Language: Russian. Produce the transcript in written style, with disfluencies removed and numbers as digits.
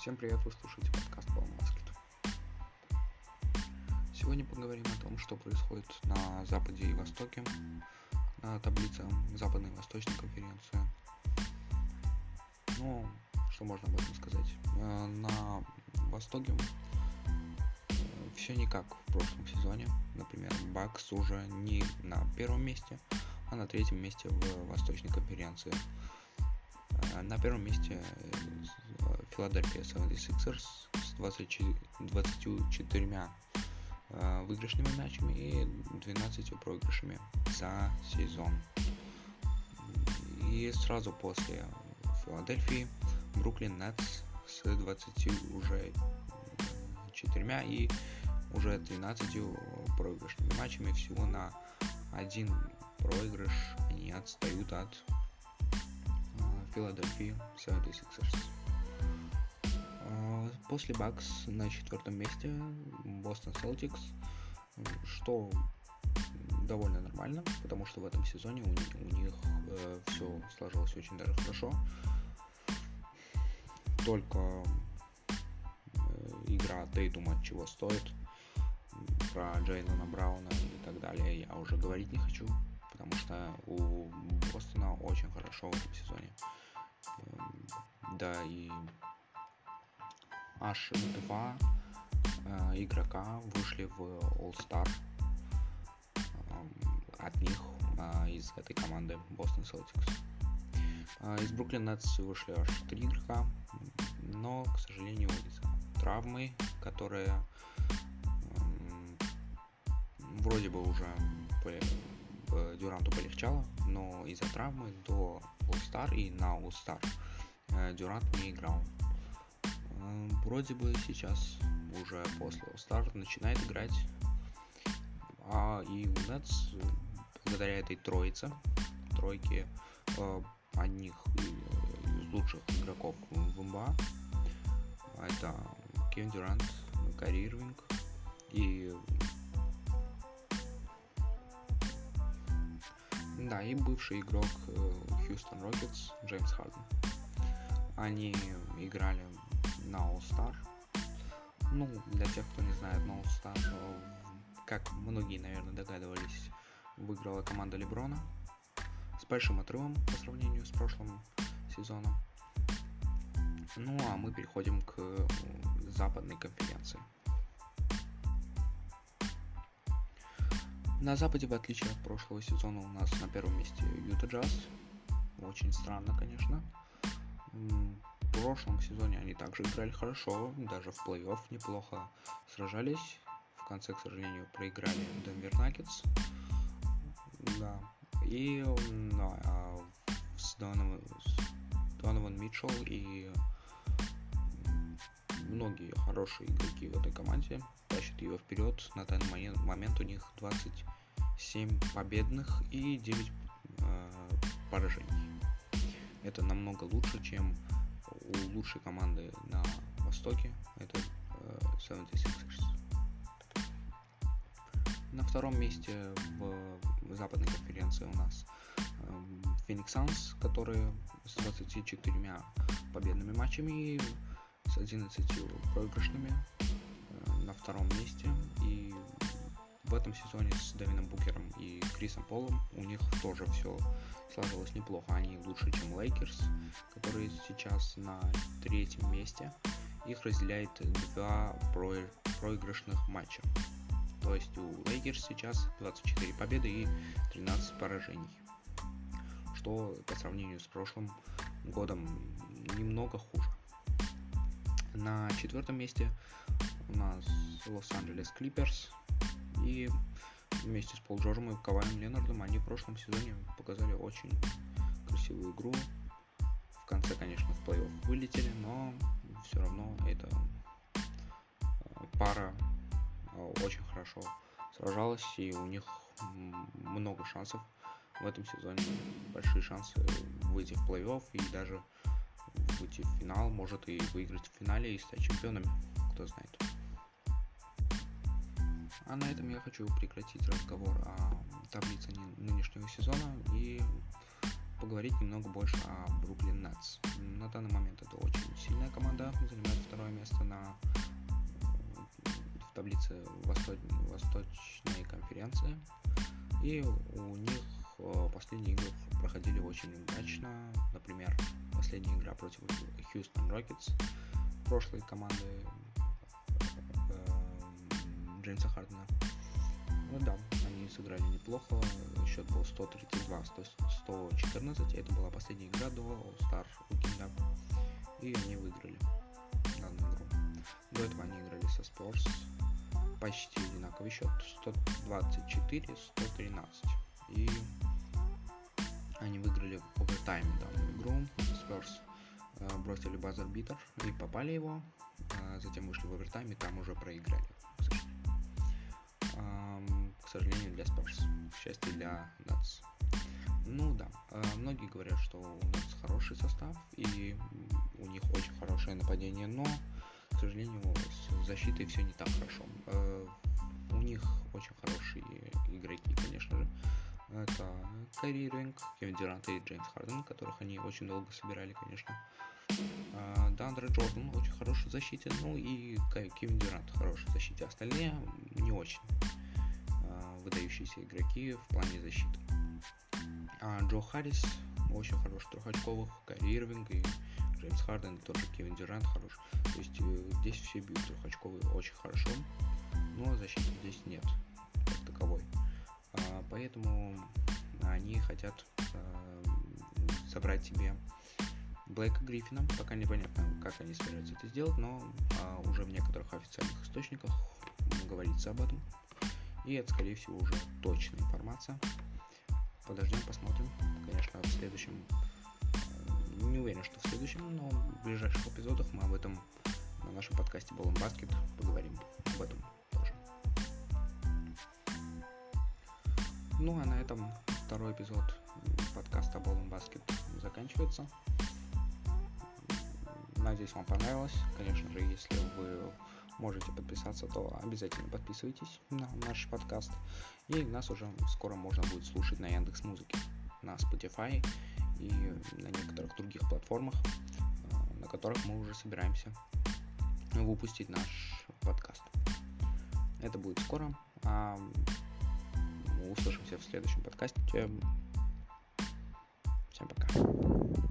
Всем привет, вы слушаете подкаст Полный Баскет. Сегодня поговорим о том, что происходит на Западе и Востоке, на таблице Западной и Восточной конференции. Что можно об этом сказать? На Востоке все не как в прошлом сезоне. Например, Бакс уже не на первом месте, а на третьем месте в Восточной конференции. На первом месте Philadelphia 76ers с 24 выигрышными матчами и 12 проигрышами за сезон. И сразу после Филадельфии Бруклин Нетс с 24 и уже 13 проигрышными матчами. Всего на один проигрыш они отстают от Philadelphia 76ers. После Бакс на четвертом месте Бостон Селтикс, что довольно нормально, потому что в этом сезоне у них все сложилось очень даже хорошо. Только игра Тейтума чего стоит. Про Джейлена Брауна и так далее я уже говорить не хочу, потому что у Бостона очень хорошо в этом сезоне. Да, и аж 2 игрока вышли в All-Star от них, из этой команды Boston Celtics. Из Brooklyn Nets вышли аж 3 игрока, но, к сожалению, из-за травмы, которая вроде бы уже Дюранту полегчало, но из-за травмы до All-Star и на All-Star Дюрант не играл. Вроде бы сейчас уже после All-Star начинает играть. И у Nets благодаря этой тройке одних из лучших игроков в НБА, это Кевин Дюрант, Кайри Ирвинг и бывший игрок Хьюстон Рокетс Джеймс Харден. Они играли на All-Star. Для тех, кто не знает, на All-Star, как многие, наверное, догадывались, выиграла команда Леброна с большим отрывом по сравнению с прошлым сезоном. А мы переходим к Западной конференции. На Западе, в отличие от прошлого сезона, у нас на первом месте Юта Джаз. Очень странно, конечно. В прошлом сезоне они также играли хорошо, даже в плей-офф неплохо сражались. В конце, к сожалению, проиграли Денвер Наггетс. И с Донован Митчелл и многие хорошие игроки в этой команде тащат ее вперед. На данный момент у них 27 победных и 9 поражений. Это намного лучше, чем у лучшей команды на Востоке, это 76ers. На втором месте в Западной конференции у нас Phoenix Suns, которые с 24 победными матчами и с 11 проигрышными на втором месте. И в этом сезоне с Девином Букером и Крисом Полом у них тоже все сложилось неплохо. Они лучше, чем Лейкерс, которые сейчас на третьем месте. Их разделяет 2 проигрышных матча. То есть у Лейкерс сейчас 24 победы и 13 поражений. Что по сравнению с прошлым годом немного хуже. На четвертом месте у нас Лос-Анджелес Клиперс. И вместе с Пол Джорджем и Каваем Ленардом они в прошлом сезоне показали очень красивую игру. В конце, конечно, в плей-офф вылетели, но все равно эта пара очень хорошо сражалась, и у них много шансов в этом сезоне. Большие шансы выйти в плей-офф и даже выйти в финал, может и выиграть в финале и стать чемпионами, кто знает. А на этом я хочу прекратить разговор о таблице нынешнего сезона и поговорить немного больше о Бруклин Нетс. На данный момент это очень сильная команда, занимает второе место в таблице Восточной конференции. И у них последние игры проходили очень удачно. Например, последняя игра против Хьюстон Рокетс, прошлой команды Джеймса Хардена. Ну да, они сыграли неплохо. Счет был 132-114. Это была последняя игра до All-Star Weekend. И они выиграли данную игру. До этого они играли со Spurs. Почти одинаковый счет. 124-113. И они выиграли в овертайме данную игру. Spurs бросили базер-битер и попали его. Затем вышли в овертайм и там уже проиграли. К сожалению, для Spurs. К счастью, для Nets. Ну да, многие говорят, что у Nets хороший состав и у них очень хорошее нападение, но, к сожалению, с защитой все не так хорошо. У них очень хорошие игроки, конечно же. Это Кайри Ирвинг, Кевин Дюрант и Джеймс Харден, которых они очень долго собирали, конечно. Деандре Джордан очень хороший в защите, ну и Кевин Дюрант хороший в защите. Остальные не очень выдающиеся игроки в плане защиты. Джо Харрис очень хороший трехочковых, Кайри Ирвинг и Джеймс Харден, и тот же Кевин Дюрант хороший. То есть здесь все бьют трехочковые очень хорошо, но защиты здесь нет как таковой. Поэтому они хотят собрать себе Блейка Гриффина. Пока непонятно, как они собираются это сделать, но уже в некоторых официальных источниках говорится об этом. И это, скорее всего, уже точная информация. Подождем, посмотрим. Конечно, в следующем, не уверен, что в следующем, но в ближайших эпизодах мы об этом на нашем подкасте Ball and Basket поговорим об этом тоже. Ну а на этом второй эпизод подкаста Ball and Basket заканчивается. Надеюсь, вам понравилось. Конечно же, если вы можете подписаться, то обязательно подписывайтесь на наш подкаст. И нас уже скоро можно будет слушать на Яндекс.Музыке, на Spotify и на некоторых других платформах, на которых мы уже собираемся выпустить наш подкаст. Это будет скоро. Мы услышимся в следующем подкасте. Всем пока.